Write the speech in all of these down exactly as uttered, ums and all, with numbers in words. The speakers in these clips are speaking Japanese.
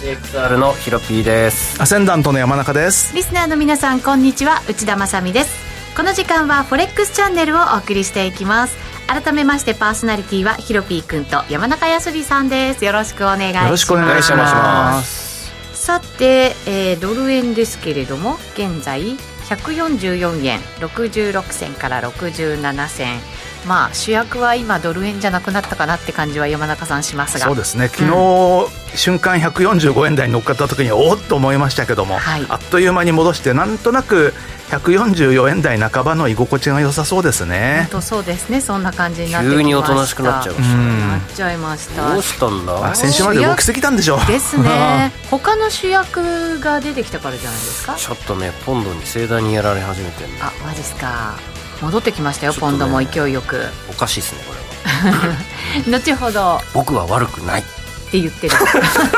エックスアール のヒロピーです。 アセンダントの山中です。 リスナーの皆さんこんにちは、内田まさみです。この時間はフォレックスチャンネルをお送りしていきます。改めましてパーソナリティはヒロピーくんと山中康里さんです。よろしくお願いします。 よろしくお願いします。 さて、えー、ドル円ですけれども現在ひゃくよんじゅうよんえんろくじゅうろくせんからろくじゅうななせん。まあ主役は今ドル円じゃなくなったかなって感じは山中さんしますが、 そうですね、昨日、うん、瞬間ひゃくよんじゅうごえん台に乗っかった時におっと思いましたけども、はい、あっという間に戻してなんとなくひゃくよんじゅうよえん台半ばの居心地が良さそうですね。 本当そうですね、そんな感じになってきました。 急におとなしくなっちゃいました、ね、 なっちゃいました。 どうしたんだ。 先週まで動きすぎたんでしょうですね他の主役が出てきたからじゃないですか。 ちょっとねポンドに盛大にやられ始めてるんだ。 あ、マジっすか。戻ってきましたよ、ね、ポンドも勢いよく。 おかしいですねこれは後ほど僕は悪くないって言ってる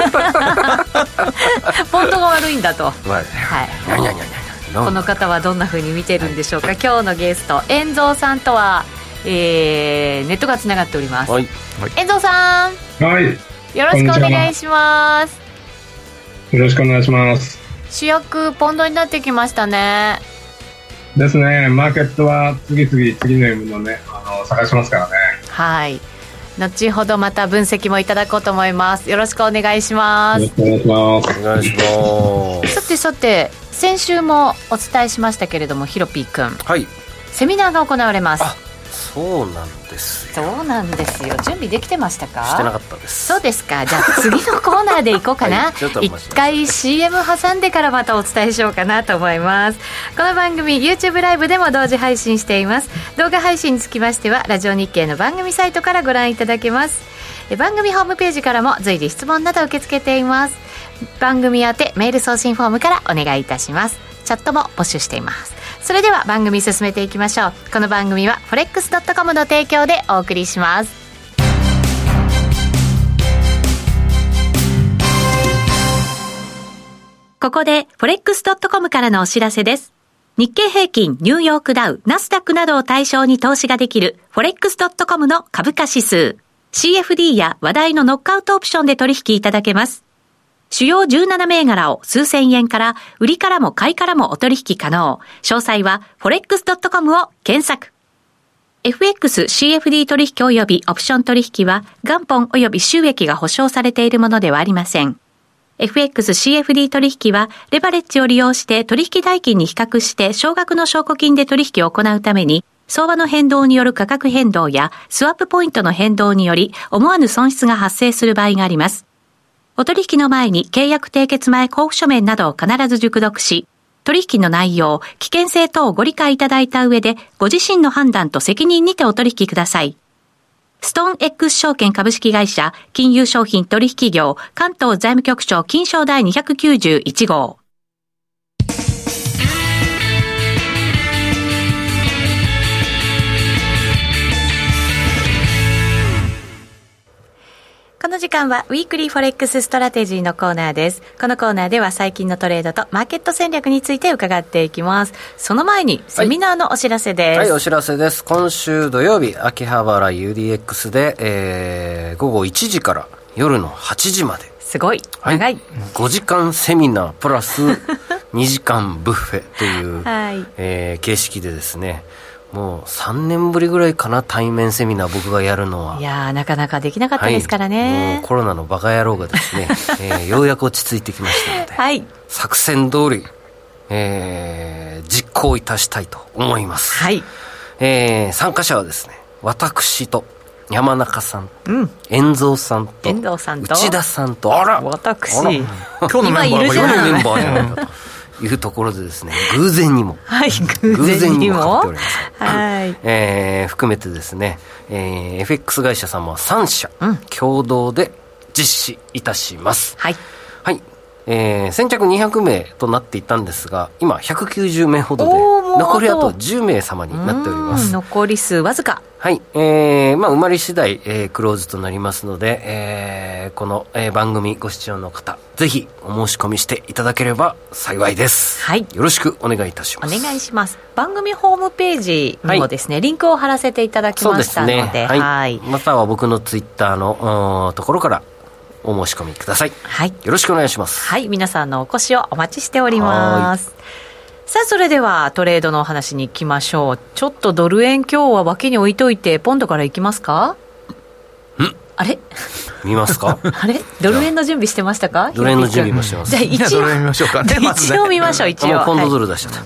ポンドが悪いんだと、はい、 にゃにゃにゃにゃこの方はどんな風に見てるんでしょうか、はい、今日のゲスト遠蔵さんとは、えー、ネットがつながっております、はい、遠蔵さん、 はい、 よろしくお願いします。 よろしくお願いします。 主役ポンドになってきましたね。 ですね、マーケットは次々次の M のねあの探しますからね。 はい、後ほどまた分析もいただこうと思います。よろしくお願いします。 よろしくお願いします。 お願いします。 さてさて先週もお伝えしましたけれどもヒロピーくん、 はい、 セミナーが行われます。 あ、そうなんですよ。 そうなんですよ。準備できてましたか。 してなかったです。 そうですか。じゃあ次のコーナーでいこうかな、はい、一回 シーエム 挟んでからまたお伝えしようかなと思います。この番組 YouTube ライブでも同時配信しています。動画配信につきましてはラジオ日経の番組サイトからご覧いただけます。番組ホームページからも随時質問など受け付けています。番組宛てメール送信フォームからお願いいたします。チャットも募集しています。それでは番組進めていきましょう。この番組は フォレックスドットコム の提供でお送りします。ここで フォレックスドットコム からのお知らせです。日経平均、ニューヨークダウ、ナスダックなどを対象に投資ができる フォレックスドットコム の株価指数 シーエフディー や話題のノックアウトオプションで取引いただけます。主要じゅうなな銘柄を数千円から売りからも買いからもお取引可能。詳細は フォレックスドットコム を検索。エフエックスシーエフディー 取引及びオプション取引は元本及び収益が保証されているものではありません。エフエックスシーエフディー 取引はレバレッジを利用して取引代金に比較して少額の証拠金で取引を行うために相場の変動による価格変動やスワップポイントの変動により思わぬ損失が発生する場合があります。お取引の前に契約締結前交付書面などを必ず熟読し、取引の内容、危険性等をご理解いただいた上で、ご自身の判断と責任にてお取引ください。ストーン X 証券株式会社、金融商品取引業、関東財務局長金商第にひゃくきゅうじゅういち号。この時間はウィークリーフォレックスストラテジーのコーナーです。このコーナーでは最近のトレードとマーケット戦略について伺っていきます。その前にセミナーのお知らせです。 はい、はい、お知らせです。今週土曜日秋葉原 ユーディーエックス で、えー、午後いちじから夜のはちじまで、 すごい長い、はい、 ごじかんセミナープラスにじかんブッフェという、はいえー、形式でですね、もうさんねんぶりぐらいかな、対面セミナー僕がやるのは。 いやーなかなかできなかったですからね、 はい、もうコロナのバカ野郎がですね、えー、ようやく落ち着いてきましたので、はい、作戦通り、えー、実行いたしたいと思います、はいえー、参加者はですね、私と山中さん、うん、遠蔵さんと遠蔵さんと内田さんと、あら私、 あら今日のメンバーが今のメンバーじゃないかというところでですね、偶然にも、 はい、偶然にもかかっております、はいえー、含めてですね、えー、エフエックス 会社様はさん社、うん、共同で実施いたします。はい、はいえー、先着にひゃく名となっていたんですが、今ひゃくきゅうじゅう名ほどで残りあとじゅう名様になっております。 残り数わずか。 はい、えーまあ、埋まり次第、えー、クローズとなりますので、えー、この、えー、番組ご視聴の方ぜひお申し込みしていただければ幸いです、はい、よろしくお願いいたします。 お願いします。番組ホームページにもですね、はい、リンクを貼らせていただきましたので、 そうですね、はいはい、または僕のツイッターのところからお申し込みください。 はい、 よろしくお願いします。 はい、皆さんのお越しをお待ちしております。さあ、それではトレードのお話に行きましょう。ちょっとドル円今日は脇に置いといてポンドから行きますか？ んあれ見ますか？ あれドル円の準備してましたか？ ドル円の準備もしてます。 じゃあ一応ドル円見ましょうかね。まずね一応見ましょう。一応ポンドドル出しちゃった、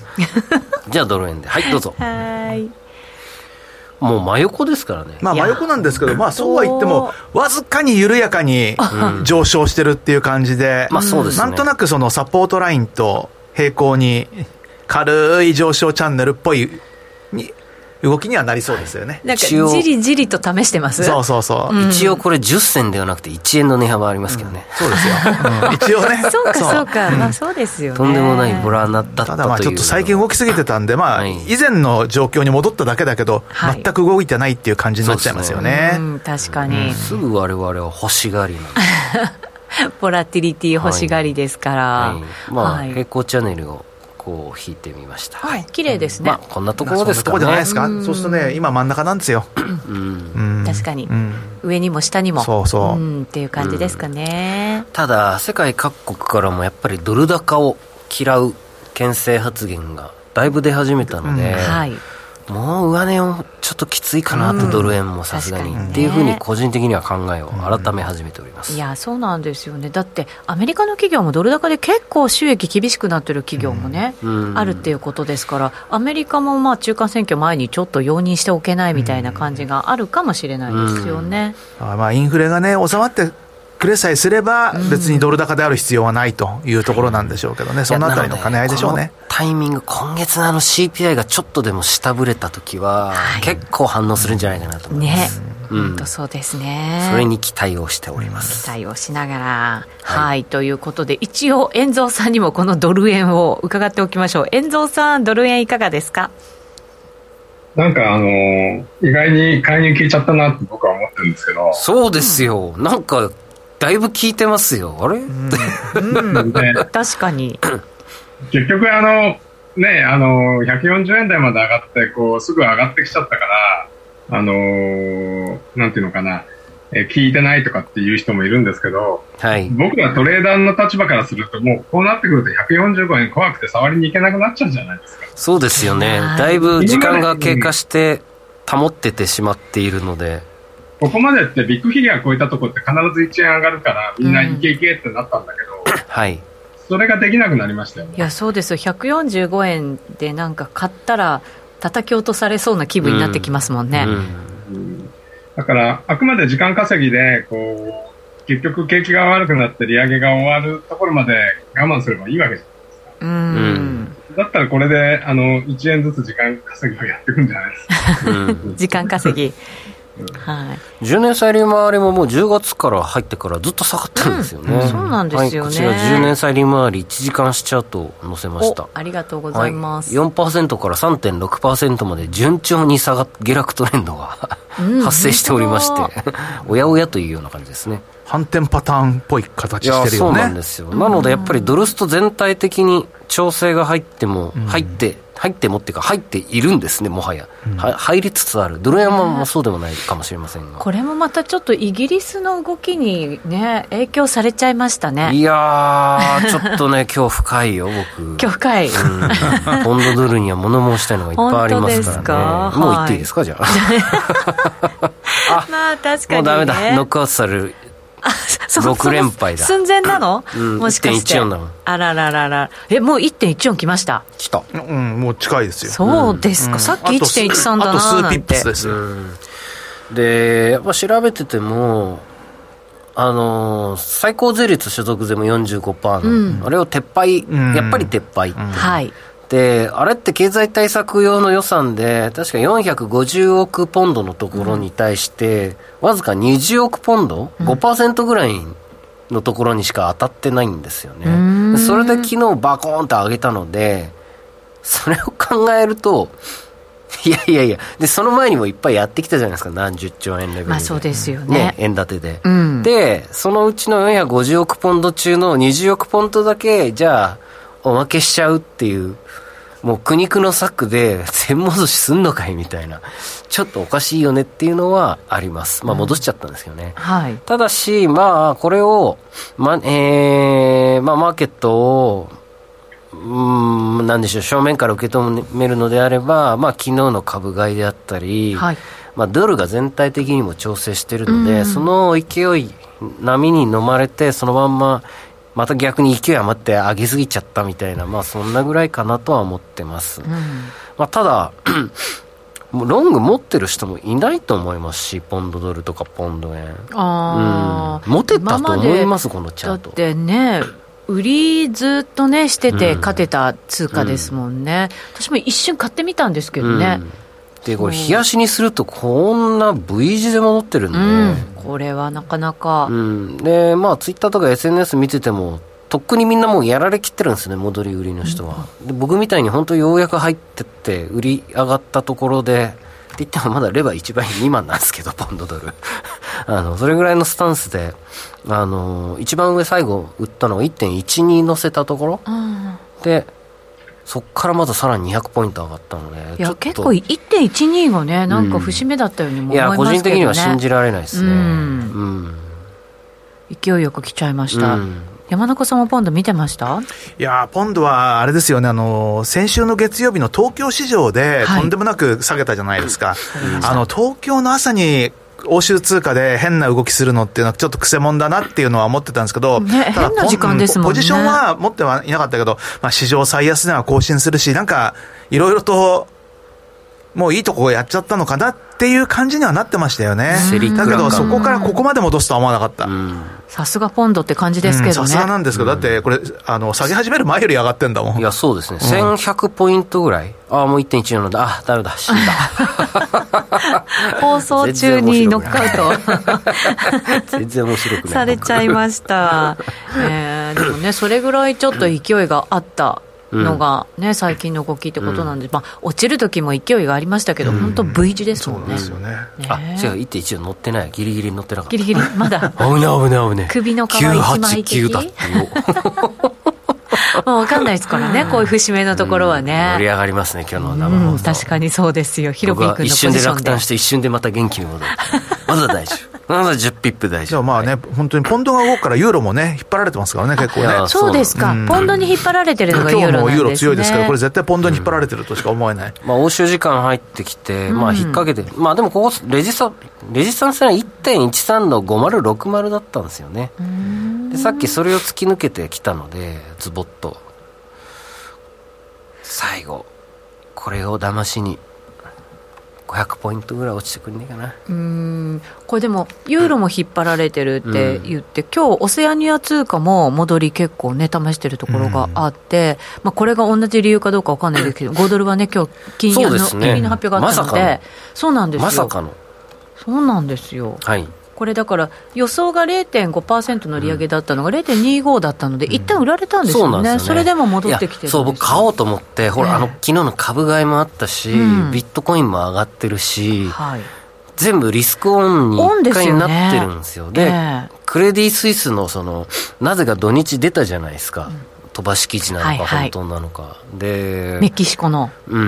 はい、じゃあドル円で、はいどうぞ。 はい、 もう真横ですからね。 まあ真横なんですけど、まあそうは言ってもわずかに緩やかに上昇してるっていう感じで、 まあそうですね。 なんとなくそのサポートラインと平行に軽い上昇チャンネルっぽいに動きにはなりそうですよね。 なんかじりじりと試してます。 そうそうそう、 うん、 一応これじゅっ銭ではなくていちえんの値幅ありますけどね、 うん、そうですよ、うん、一応ねそうかそうか、うん、まあそうですよね。 とんでもないボラだったという。 ただまあちょっと最近動きすぎてたんで、まあ以前の状況に戻っただけだけど、はい、全く動いてないっていう感じになっちゃいますよね。 うん、確かに、 うん、すぐ我々は欲しがりなんでボラティリティ欲しがりですから、はいはい、 まあ、 はい、 平行チャンネルをこう引いてみました。 はい、綺麗ですね。 まあこんなところですかね。 そんなところじゃないですか。うそうするとね、今真ん中なんですよ。 うんうん、確かに、うん、上にも下にもそうそう、 うん、っていう感じですかね。 うん、ただ世界各国からもやっぱりドル高を嫌う牽制発言がだいぶ出始めたので、うん、はい、もう上値をちょっときついかなと、うん、ドル円もさすがに、ね、っていうふうに個人的には考えを改め始めております。 いやそうなんですよね。だってアメリカの企業もドル高で結構収益厳しくなってる企業もね、うん、あるっていうことですから、アメリカもまあ中間選挙前にちょっと容認しておけないみたいな感じがあるかもしれないですよね。 うん、あまあインフレがね収まってくれさえすれば別にドル高である必要はないというところなんでしょうけどね、うん、そのあたりの兼ね合いでしょうね。 このタイミング、今月のあの シーピーアイ がちょっとでも下振れた時は、はい、結構反応するんじゃないかなと思います。 ね、うん、本当そうですね。 それに期待をしております。 期待をしながら、はい、はい、ということで一応遠蔵さんにもこのドル円を伺っておきましょう。遠蔵さん、ドル円いかがですか？ なんかあのー、意外に介入効いちゃったなって僕は思ってるんですけど。 そうですよ、うん、なんかだいぶ効いてますよ。あれ、うんうん、ね、確かに結局あのね、あのひゃくよんじゅうえん台まで上がってこうすぐ上がってきちゃったからあのー、なんていうのかな、え聞いてないとかっていう人もいるんですけど、はい、僕はトレーダーの立場からするともうこうなってくるとひゃくよんじゅうごえん怖くて触りに行けなくなっちゃうじゃないですか。 そうですよね。だいぶ時間が経過して保っててしまっているので、 ここまでってビッグフィギュア超えたとこって必ずいちえん上がるからみんないけいけってなったんだけど、うん、はい、それができなくなりましたよね。 いやそうですよ。ひゃくよんじゅうごえんでなんか買ったら叩き落とされそうな気分になってきますもんね。うんうんうん、だからあくまで時間稼ぎでこう結局景気が悪くなって利上げが終わるところまで我慢すればいいわけじゃないですか。うん、だったらこれであのいちえんずつ時間稼ぎをやっていくんじゃないですか。うん、 時間稼ぎはい、じゅうねん債利回りももうじゅうがつから入ってからずっと下がってるんですよね。 うん、そうなんですよね。はい、こちらじゅうねん債利回りいちじかん足チャートを載せました。 ありがとうございます。 はい、よんパーセント から さんてんろくパーセント まで順調に下が下落トレンドが発生しておりましておやおやというような感じですね。 反転パターンっぽい形してるよね。いやそうなんですよ。なのでやっぱりドルスト全体的に調整が入っても、うん、入って入ってもっていうか入っているんですね。もはや、うん、は入りつつある。ドル円もそうでもないかもしれませんが、 これもまたちょっとイギリスの動きにね影響されちゃいましたね。 いやーちょっとね今日深いよ僕。 今日深い、うん、 ポンドドルには物申したいのがいっぱいありますからね。もう言っていいですか、はい、じゃああまあ確かにね。もうダメだ、ノックアウトされる。ろく連敗だ。 寸前なの、うん、もしかしていってんいちよん なの。 あらららら。えもう いってんいちよん 来ました。 来た、うん、もう近いですよ。 そうですか、うん、さっき いってんいちさん だなーなんて。あと数ピップスですよ、 うん、でやっぱ調べててもあのー、最高税率所得税も よんじゅうごパーセント の、うん、あれを撤廃、うん、やっぱり撤廃、うん、 はいであれって経済対策用の予算で確かよんひゃくごじゅうおくポンドのところに対して、うん、わずかにじゅうおくポンド、うん、ごパーセント ぐらいのところにしか当たってないんですよね。それで昨日バコーンと上げたのでそれを考えるといやいやいやでその前にもいっぱいやってきたじゃないですか。何十兆円レベルで、 まあ、そうですよ ね, ね円建てで、 うん、 でそのうちのよんひゃくごじゅうおくポンド中のにじゅうおくポンドだけじゃあおまけしちゃうっていうもう苦肉の策で全戻しすんのかいみたいな、ちょっとおかしいよねっていうのはあります。まあ戻しちゃったんですけどね、 うんはい、 ただしまあこれを、まえーまあ、マーケットをうーんなんでしょう、正面から受け止めるのであれば、まあ、昨日の株買いであったり、はいまあ、ドルが全体的にも調整しているので、うん、その勢い波に飲まれてそのまんままた逆に勢い余って上げすぎちゃったみたいな、まあ、そんなぐらいかなとは思ってます、うんまあ、ただロング持ってる人もいないと思いますし、ポンドドルとかポンド円あ、うん、持てたと思います、このチャート。 だってね、売りずっとねしてて勝てた通貨ですもんね、うん、私も一瞬買ってみたんですけどね、うん、 でこれ冷やしにするとこんな V 字で戻ってるんで、うん、 これはなかなか、 うん、でまあツイッターとか エスエヌエス 見ててもとっくにみんなもうやられきってるんですね、戻り売りの人は、うん、で僕みたいに本当ようやく入ってって売り上がったところでって言ってもまだレバーいちばいにまんなんですけど、ポンドドルあのそれぐらいのスタンスで、あの一番上最後売ったのが いってんいちに 乗せたところ、うん、でそこからまたさらににひゃくポイント上がったので、 いや結構 いってんいちに がねなんか節目だったようにも思いますけどね、 うん、いや個人的には信じられないですね、うんうん、 勢いよく来ちゃいました、うん山中さんもポンド見てました？ いやポンドはあれですよね、あの先週の月曜日の東京市場でとんでもなく下げたじゃないですか、はい、あの東京の朝に欧州通貨で変な動きするのっていうのはちょっと癖もんだなっていうのは思ってたんですけど、 ね、 ただ変な時間ですもんね。 ポジションは持ってはいなかったけど、まあ、史上最安値は更新するし、なんかいろいろともういいとこをやっちゃったのかなっていう感じにはなってましたよね。だけどそこからここまで戻すとは思わなかった。 さすがポンドって感じですけどね。 さすがなんですけど、だってこれあの下げ始める前より上がってんだもん。 いやそうですね、うん、せんひゃくポイントぐらい、ああもう いってんいちなので、あダメだ死んだ放送中にノックアウト全然面白くないされちゃいました、えー、でもねそれぐらいちょっと勢いがあったのが、ね、最近の動きってことなんで、うんまあ、落ちる時も勢いがありましたけど、うん、本当 V 字ですもんね。 そうですよね。 ねあ違う いってんいち 乗ってない、ギリギリ乗ってなかった、 ギリギリまだ危ない危ない危ない、 首の皮一枚的きゅうはちきゅうだまあ、分かんないですからねこういう節目のところはね、 うん、盛り上がりますね今日の生放送、 うん、確かにそうですよ。ヒロピー君のポジションで一瞬で落胆して一瞬でまた元気に戻るまだ大丈夫まだじゅうピップ大丈夫。 まあね、はい、本当にポンドが動くからユーロもね引っ張られてますからね結構ね。 そうですか、うん、ポンドに引っ張られてるのがユーロなんですね。 今日もユーロ強いですけどこれ絶対ポンドに引っ張られてるとしか思えない、 うんまあ、欧州時間入ってきて、まあ、引っ掛けて、うん、まあでもここレジスタレジスタンスは いってんいちさん のごまるろくまるだったんですよね。でさっきそれを突き抜けてきたのでズボッと最後これを騙しにごひゃくポイントぐらい落ちてくんねえかな。 うーんこれでもユーロも引っ張られてるって言って、うん、今日オセアニア通貨も戻り結構ね試してるところがあって、うんまあ、これが同じ理由かどうか分かんないですけどごドルはね今日金利の、ね、金利の発表があったので、ま、そうなんですよ。 まさかのそうなんですよ、 はいこれだから予想が れいてんごパーセント の利上げだったのが れいてんにじゅうご だったので、うん、一旦売られたんですよ ね,、うん、そうなんですよね。それでも戻ってきてるんですよ。 そう僕買おうと思ってほら、えー、あの昨日の株買いもあったし、うん、ビットコインも上がってるし、はい、全部リスクオンにいっかいになってるんですよ。で、ねえー、クレディ・スイスのそのなぜか土日出たじゃないですか、うん、飛ばし記事なのか、はいはい、本当なのかでメキシコの、 うんうん、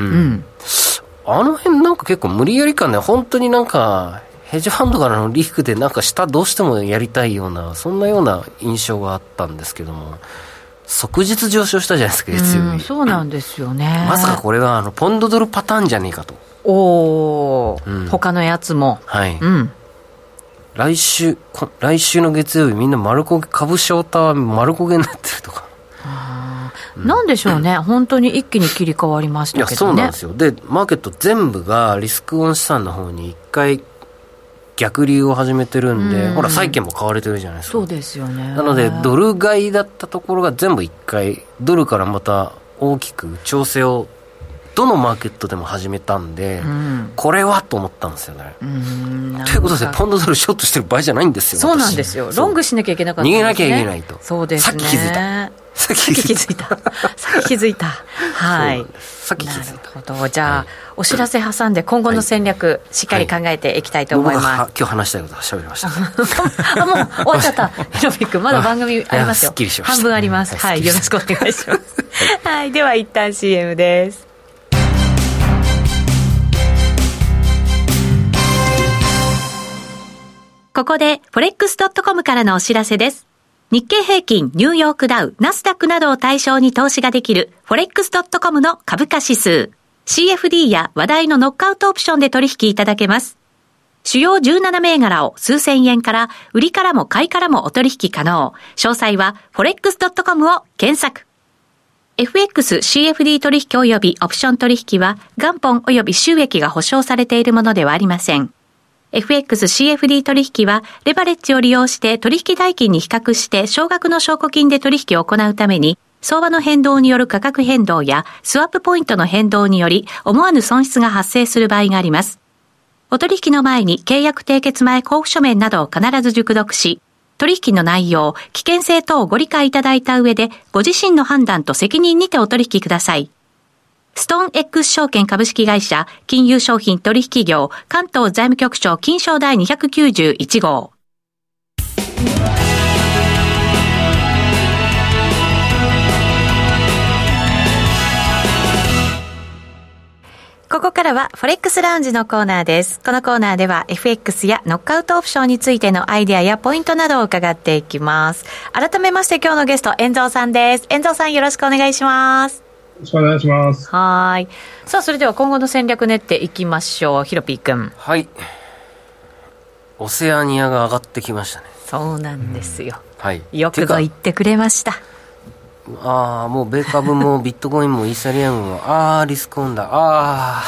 あの辺なんか結構無理やり感ね、本当になんかヘッジファンドからのリークでなんか下どうしてもやりたいようなそんなような印象があったんですけども、即日上昇したじゃないですか月曜日。 そうなんですよね。 まさかこれはあのポンドドルパターンじゃねえかと。 おー、うん、他のやつもはい、うん、来週来週の月曜日みんな丸焦げ株ショーター丸焦げになってるとか、 うん、なんでしょうね、本当に一気に切り替わりましたけどね。いやそうなんですよ。でマーケット全部がリスクオン資産の方に一回逆流を始めてるんで、うん、ほら債券も買われてるじゃないですか。 そうですよね。 なのでドル買いだったところが全部一回ドルからまた大きく調整をどのマーケットでも始めたんで、うん、これはと思ったんですよね。うんということでポンドドルショートしてる場合じゃないんですよ。 そうなんですよ。ロングしなきゃいけなかったんですね。 逃げなきゃいけないと。 そうですね。 さっき気づいたさっき気づいたさっき気づいたはい。 さっき気づいた。 なるほど。じゃあ、はい、お知らせ挟んで今後の戦略、はい、しっかり考えていきたいと思います、はいはい、 今日話したいことは喋りましたあもう終わっちゃったヒロピックまだ番組ありますよ。 すっきりしました。 半分あります、はい、はい、よろしくお願いしますはい、はい、では一旦 シーエム です。ここで フォレックスドットコム からのお知らせです。日経平均、ニューヨークダウ、ナスダックなどを対象に投資ができる フォレックスドットコム の株価指数。シーエフディー や話題のノックアウトオプションで取引いただけます。主要じゅうなな銘柄を数千円から、売りからも買いからもお取引可能。詳細は フォレックスドットコム を検索。エフエックスシーエフディー 取引及びオプション取引は、元本及び収益が保証されているものではありません。エフエックスシーエフディー 取引は、レバレッジを利用して取引代金に比較して少額の証拠金で取引を行うために、相場の変動による価格変動やスワップポイントの変動により思わぬ損失が発生する場合があります。お取引の前に契約締結前交付書面などを必ず熟読し、取引の内容、危険性等をご理解いただいた上で、ご自身の判断と責任にてお取引ください。ストーン X 証券株式会社、金融商品取引業、関東財務局長金商第にひゃくきゅうじゅういち号。ここからは フォレックス ラウンジのコーナーです。このコーナーでは エフエックス やノックアウトオプションについてのアイデアやポイントなどを伺っていきます。改めまして今日のゲスト、遠蔵さんです。遠蔵さんよろしくお願いします。 よろしくお願いします。 はい。さあ、それでは今後の戦略練っていきましょう。ヒロピー君。 はい。オセアニアが上がってきましたね。 そうなんですよ。 うん、はい。 よくぞ言ってくれました。 ああ、もう米株もビットコインもイーサリアムも、ああ、リスクオンだ。ああ。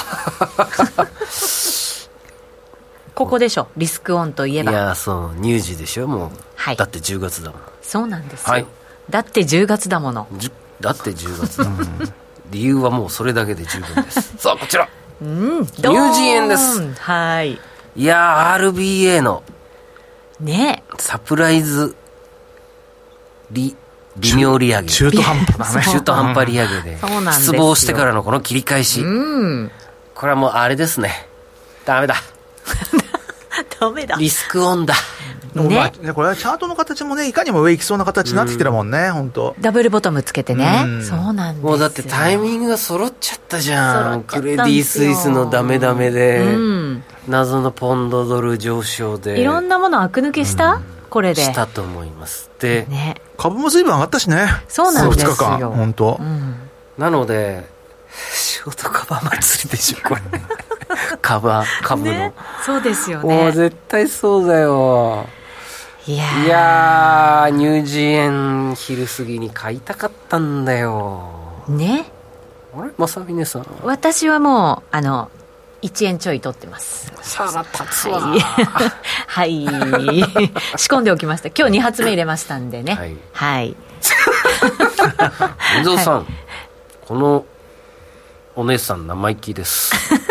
ここでしょ、リスクオンといえば。 いや、そう、乳児でしょ、もう。はい。だってじゅうがつだもん。 そうなんですよ。 はい。 だってじゅうがつだもの。 だってじゅうがつだ、うん、理由はもうそれだけで十分ですさあこちら、 うん、 ニュージー円です。 はい。 いやー アールビーエー のねサプライズ利微妙利上げ、 中途半端だね中途半端利上げで、 そうなんですよ。 失望してからのこの切り返し、 うん、 これはもうあれですね、ダメだダメだ、 リスクオンだね、まあ、これはチャートの形もね、いかにも上行きそうな形になってきてるもんね、本当。 ダブルボトムつけてね、うん、そうなんですよ。 もうだってタイミングが揃っちゃったじゃん。クレディ・スイスのダメダメで、うん、謎のポンドドル上昇で、 いろんなもの悪抜けした、うん、これでしたと思います。で、 ね、株も随分上がったしね。 そうなんですよ。 ふつかかん本当、 うん、 なのでショートカバー祭りでしょこれカバー株の、ね、 そうですよね。 もう絶対そうだよ。 いやー、 いやーニュージー円昼過ぎに買いたかったんだよね。 あれ正峰さん。 私はもうあのいちえんちょい取ってます。 腹立つわはい、はい、仕込んでおきました。今日に発目入れましたんでね。はい、はい、 遠藤さん、はい、このお姉さん生意気です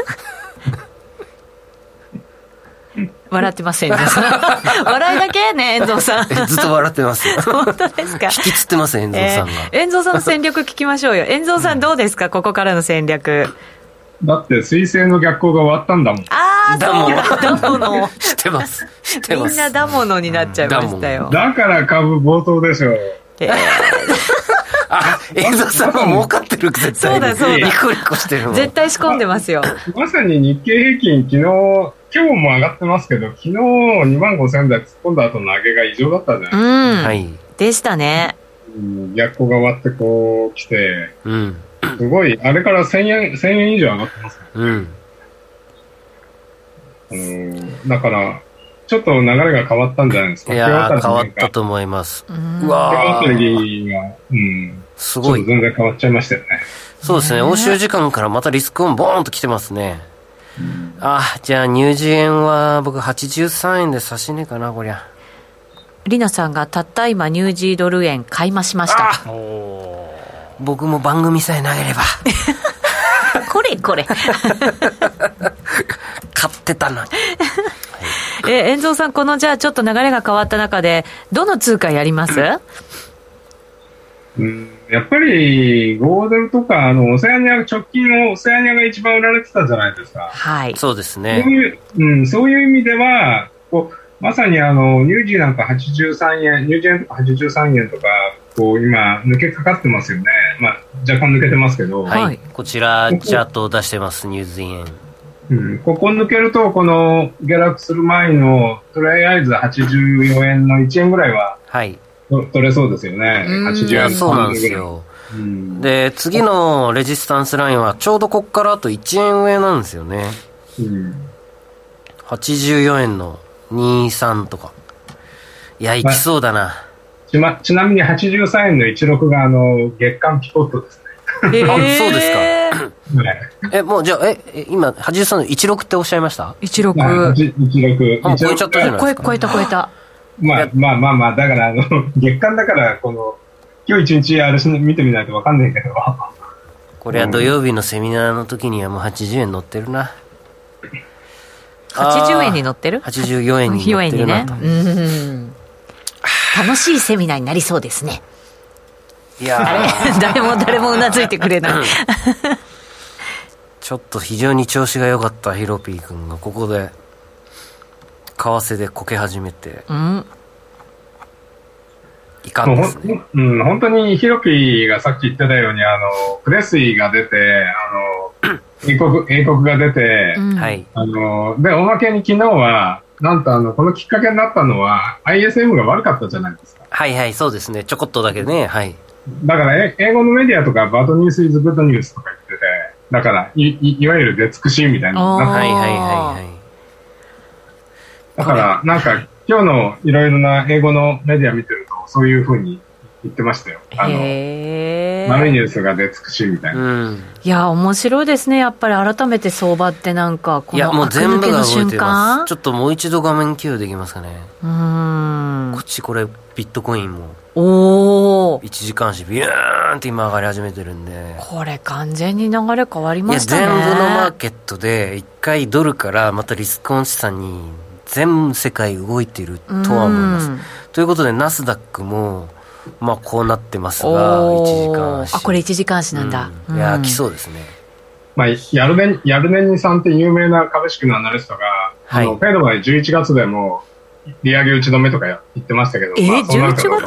笑ってませんでした笑いだけね、遠藤さんずっと笑ってます本当ですか。 引きつってます遠藤さんが、 えー、遠藤さんの戦略聞きましょうよ。遠藤さんどうですか、ここからの戦略。 だって水星の逆行が終わったんだもん。 ああ、そうだ、ダモノ知ってます知ってます。 みんなダモノになっちゃいましたよ。 だから株冒頭でしょ、えーあ、遠藤さんも儲かってる、絶対に。 そうだそうだ、 リコリコしてるもん。 絶対仕込んでますよ。 まさに日経平均、昨日今日も上がってますけど、昨日にまんごせん台突っ込んだ後の上げが異常だったじゃないですか。うん、 はい、 でしたね。 うん、逆行が終わってこう来て、 うん、 すごいあれからせんえん、せんえん以上上がってますね。 うん、 うん、だからちょっと流れが変わったんじゃないですか。 いやー変わったと思います。 うわー、今日あたりが、うん、 すごい、ちょっと全然変わっちゃいましたよね。 そうですね、欧州時間からまたリスクオンボーンと来てますね。うん、あ、じゃあニュージー円は僕はちじゅうさんえんで差し値かな、こりゃ。 リナさんがたった今ニュージードル円買い増しました。 僕も番組さえ投げればこれこれ買ってたな、はい、 え遠藤さん、このじゃあちょっと流れが変わった中でどの通貨やります？ うん、やっぱりごドルとか、あのオセアニア、直近のオセアニアが一番売られてたじゃないですか。 はい、 そうですね。 そういう、うん、そういう意味ではこうまさにあのニュージーなんかはちじゅうさんえん、ニュージー円とかはちじゅうさんえんとかこう今抜けかかってますよね。まあ若干抜けてますけど、 はい、こちらチャートを出してます。ニューズイン、 うん、ここ抜けるとこの下落する前のトレイアイズはちじゅうよえんのいちえんぐらいは、はい、取れそうですよね。はちじゅうえんそうなんですよ。うん、で次のレジスタンスラインはちょうどここからあといちえん上なんですよね。うん、はちじゅうよえんのにじゅうさんとか、いや、いきそうだな。 ち, ま、ちなみにはちじゅうさんえんのいちじゅうろくがあの月間ピコットですね。 えー、あ、そうですか。え、もうじゃあ、え、今、はちじゅうさんのいちじゅうろくっておっしゃいました ?いちじゅうろく。 いちじゅうろく。 あ、超えちゃったじゃないですか。 超えた超えた。 まあまあまあまあ、だからあの、月間だから、この、今日一日あれ見てみないとわかんないけど。 これは土曜日のセミナーの時にはもうはちじゅうえん乗ってるな。 はちじゅうえんに乗ってる ?はちじゅうよえんに乗ってるなと。 ね、うん楽しいセミナーになりそうですね。 いや誰も誰もうなずいてくれないちょっと非常に調子が良かったヒロピー君がここで為替でこけ始めて、うん、いかんですね。 うん、本当にヒロピーがさっき言ってたように、あのプレスイが出て、あの英国英国が出て、うん、あのでおまけに昨日はなんとあのこのきっかけになったのは アイエスエム が悪かったじゃないですか。 はいはい、そうですね、ちょこっとだけね。はい。 だから英語のメディアとかバッドニュースイズグッドニュースとか言ってて、だからい い, いわゆる出尽くしみたいな。はいはいはいはい。だからなんか今日のいろいろな英語のメディア見てるとそういう風に言ってましたよ。あの悪いニュースが出尽くしみたいな、うん、 いや面白いですね。やっぱり改めて相場ってなんかこの悪抜けの瞬間、 ちょっともう一度画面共有できますかね。うーん、こっちこれビットコインもおいちじかん足ビューンって今上がり始めてるんで、 これ完全に流れ変わりましたね。 いや全部のマーケットで一回ドルからまたリスクオン資産に全世界動いているとは思います。ということでナスダックもまあこうなってますがいちじかん足、 あこれいちじかん足なんだ、 うん、いや来そうですね。 まあ、ヤルネヤルネニさんって有名な株式のアナリストが、はい、あのフェドバでじゅういちがつでも利上げ打ち止めとか言ってましたけど、 えーまあ、じゅういちがつ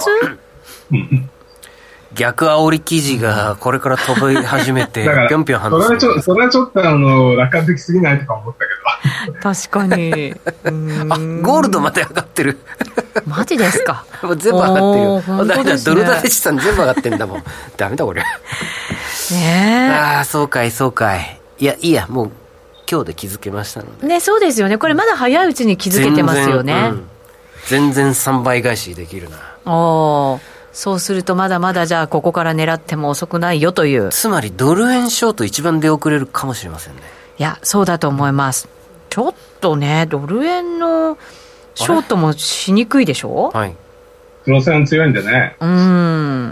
逆煽り記事がこれから飛び始めてぴょんぴょん反応する。 それはちょっと、それはちょっとあの楽観的すぎないとか思ったけど確かにあゴールドまで上がってるマジですかもう全部上がってるよ。だからドル建て資産全部上がってんだもんダメだこれねえ。ああそうかいそうかい。いやいいやもう今日で気づけましたのでね。そうですよね。これまだ早いうちに気づけてますよね。 全然、うん、全然さんばい返しできるな。 おそうするとまだまだじゃあここから狙っても遅くないよという。 つまりドル円ショート一番出遅れるかもしれませんね。 いやそうだと思います。ちょっとねドル円のショートもしにくいでしょ。 はい。クロス円強いんでね。 うん。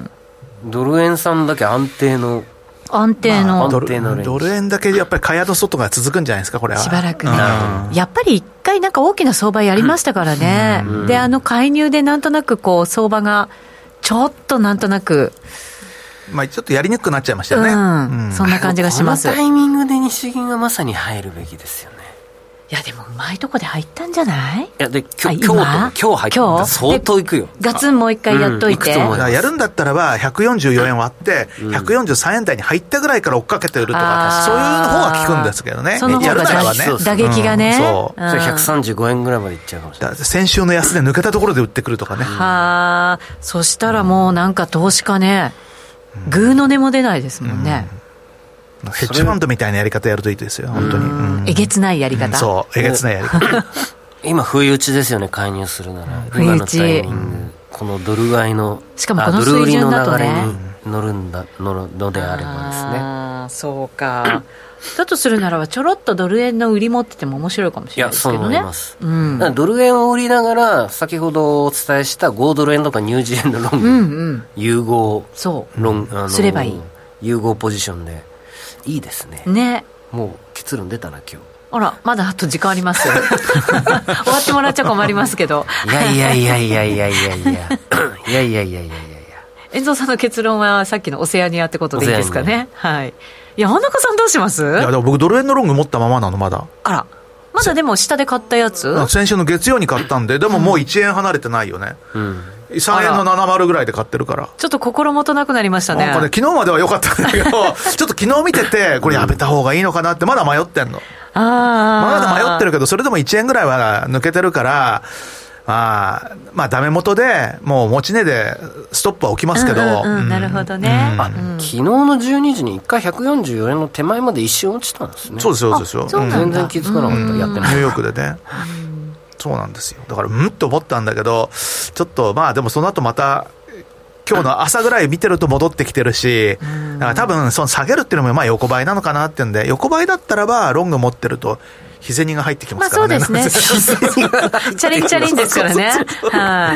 ドル円さんだけ安定の安定の、まあ、 ドル、ドル円だけやっぱり買い宿外が続くんじゃないですかこれは。 しばらくね。やっぱり一回なんか大きな相場やりましたからね。うん、であの介入でなんとなくこう相場がちょっとなんとなくまあちょっとやりにくくなっちゃいましたよね。 うんうん、そんな感じがします。 このタイミングで日銀がまさに入るべきですよね。 いやでもうまいとこで入ったんじゃない？いやで今日今日今日入った相当いくよ。 ガツンもう一回やっといて、 うん、いやるんだったらばひゃくよんじゅうよえん割ってひゃくよんじゅうさんえん台に入ったぐらいから追っかけて売るとか、そういう方が効くんですけどね。 その方がやるね、打撃がね、 うん、そう、 うん、それひゃくさんじゅうごえんぐらいまでいっちゃうかもしれない。 先週の安値抜けたところで売ってくるとかね。 はあ、そしたらもうなんか投資家ね、グーの音も出ないですもんね。うんヘッジファンドみたいなやり方やるといいですよ本当に、うん、 えげつないやり方、 うん、そうえげつないやり方今不意打ちですよね。介入するなら不意打ち、 今のタイミング、うん、このドル買いのしかもこの水準だとねドル売りの流れに乗るんだののであればですね。 あそうかだとするならばちょろっとドル円の売り持ってても面白いかもしれないですけどね。いやそう思います、うん、 だからドル円を売りながら先ほどお伝えしたごドル円とかニュージー円のロング、うんうん、融合そうロンあのすればいい融合ポジションでいいですね。 ね。 もう結論出たな今日。 あらまだあと時間あります終わってもらっちゃ困りますけどいやいやいやいやいやいやいやいやいやいやいやいやいや遠藤さんの結論はさっきのオセアニアってことでいいですかね。はい。いや真中さんどうします？いやでも僕ドル円のロング持ったままなのまだ。 あらまだでも下で買ったやつ先週の月曜に買ったんででももういちえん離れてないよね、うん、 さんえんのななじゅうぐらいで買ってるから。 ちょっと心もとなくなりましたね。 なんかね、昨日までは良かったんだけど、ちょっと昨日見てて、これやめた方がいいのかなってまだ迷ってんの。あまだ迷ってるけど、それでもいちえんぐらいは抜けてるから、まあ、まあ、ダメ元で、もう持ち値でストップは起きますけど。うんうんうん、なるほどね。 うん、あ、昨日のじゅうにじにいっかいひゃくよんじゅうよえんの手前まで一瞬落ちたんですね。 そうですよ、そうですよ。 うん、全然気づかなかった、うん、やってない。 ニューヨークでね。そうなんですよ。だから、うんと思ったんだけど、ちょっと、まあ、でもその後また、今日の朝ぐらい見てると戻ってきてるし、だから多分、その下げるっていうのもまあ横ばいなのかなっていうんで、横ばいだったらば、ロング持ってると、日銭が入ってきますからね。 まあそうですね。チャリンチャリンですからね。はい。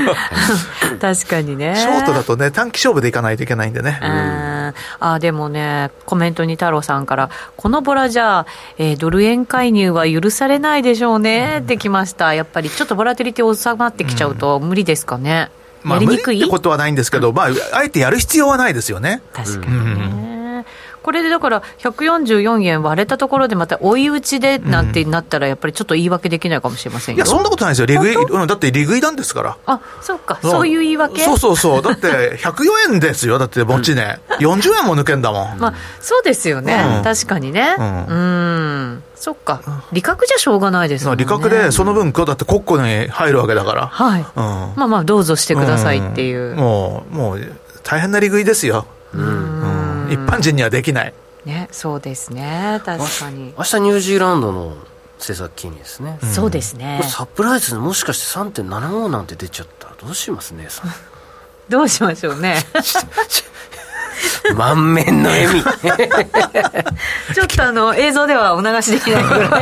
確かにね。 ショートだとね、短期勝負でいかないといけないんでね。 ああ、でもね、コメントに太郎さんから、このボラじゃ、えー、ドル円介入は許されないでしょうねってきました。やっぱりちょっとボラテリティ収まってきちゃうと無理ですかね。うん、 まあ、無理ってことはないんですけど、まあ、あえてやる必要はないですよね。 確かにね。うんこれでだからひゃくよんじゅうよんえん割れたところでまた追い打ちでなんてなったらやっぱりちょっと言い訳できないかもしれませんよ。 いやそんなことないですよ。利食い、うん、だって利食いなんですから。 あ、そうか、そういう言い訳。 そうそうそう。だってひゃくよえんですよ。だって持ち値、うん、よんじゅうえんも抜けんだもん。 まあそうですよね。うん、確かにね。うん。うんそっか。利確じゃしょうがないですもんね。 利確でその分だって国庫に入るわけだから。 はい。うん、まあまあどうぞしてくださいっていう。 うん、もうもう大変な利食いですよ。うん。うん、一般人にはできない。 ね、そうですね、確かに。 明日ニュージーランドの政策金利ですね。 うん、そうですね。 サプライズでもしかして さんてんななご なんて出ちゃったらどうしますね、さん。 どうしましょうね。 満面の笑み。 ちょっとあの映像ではお流しできないぐらいの。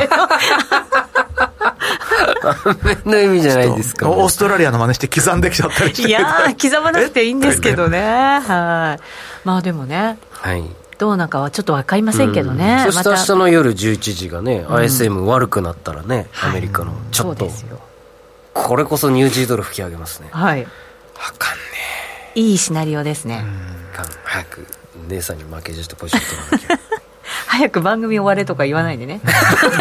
満面の笑みじゃないですか、 ね。オーストラリアの真似して刻んできちゃったりして。 いやー、刻まなくていいんですけどね。はい。まあでもね。はい。どうなんかはちょっと分かりませんけどね、 うん、そして明日の夜じゅういちじがね、うん、アイエスエム 悪くなったらね、アメリカのちょっと、はい、これこそニュージードル吹き上げますね。 はい。 あかんねいいシナリオですね。 うん、早く姉さんに負けじとポジション取らなきゃ。 早く番組終われとか言わないでね。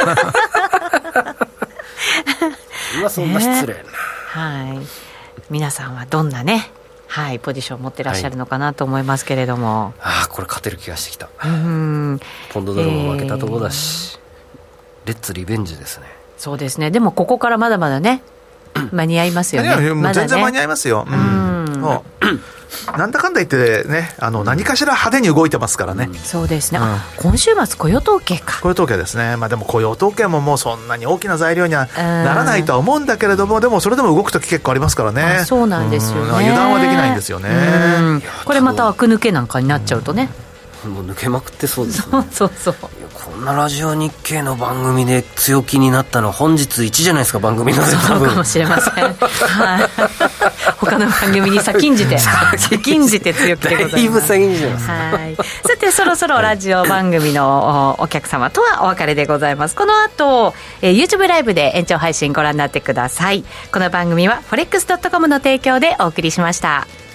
今そんな失礼な、 ね、はい。皆さんはどんなねはい、ポジションを持ってらっしゃるのかなと思いますけれども、 はい、ああこれ勝てる気がしてきた。うんポンドドルも負けたところだし、えー、レッツリベンジですね。 そうですね。でもここからまだまだね間に合いますよね。いやいやもう全然間に合いますよ、うん、うんもうなんだかんだ言ってねあの何かしら派手に動いてますからね、うん、 そうですね、うん、あ今週末雇用統計か雇用統計ですね、まあ、でも雇用統計ももうそんなに大きな材料にはならないとは思うんだけれども、でもそれでも動くとき結構ありますからね。 あそうなんですよね、 油断はできないんですよね。 これまた枠抜けなんかになっちゃうとね、 もう抜けまくってそうですね。 そうそうそういやこんなラジオ日経の番組で強気になったのは本日いちじゃないですか、番組のそうかもしれません、はい、他の番組に先んじて先んじて強気でございます。だいぶ先んじてます、はい、さてそろそろラジオ番組の お, お客様とはお別れでございます。この後、えー、YouTube ライブで延長配信ご覧になってください。この番組は フォレックスドットコム の提供でお送りしました。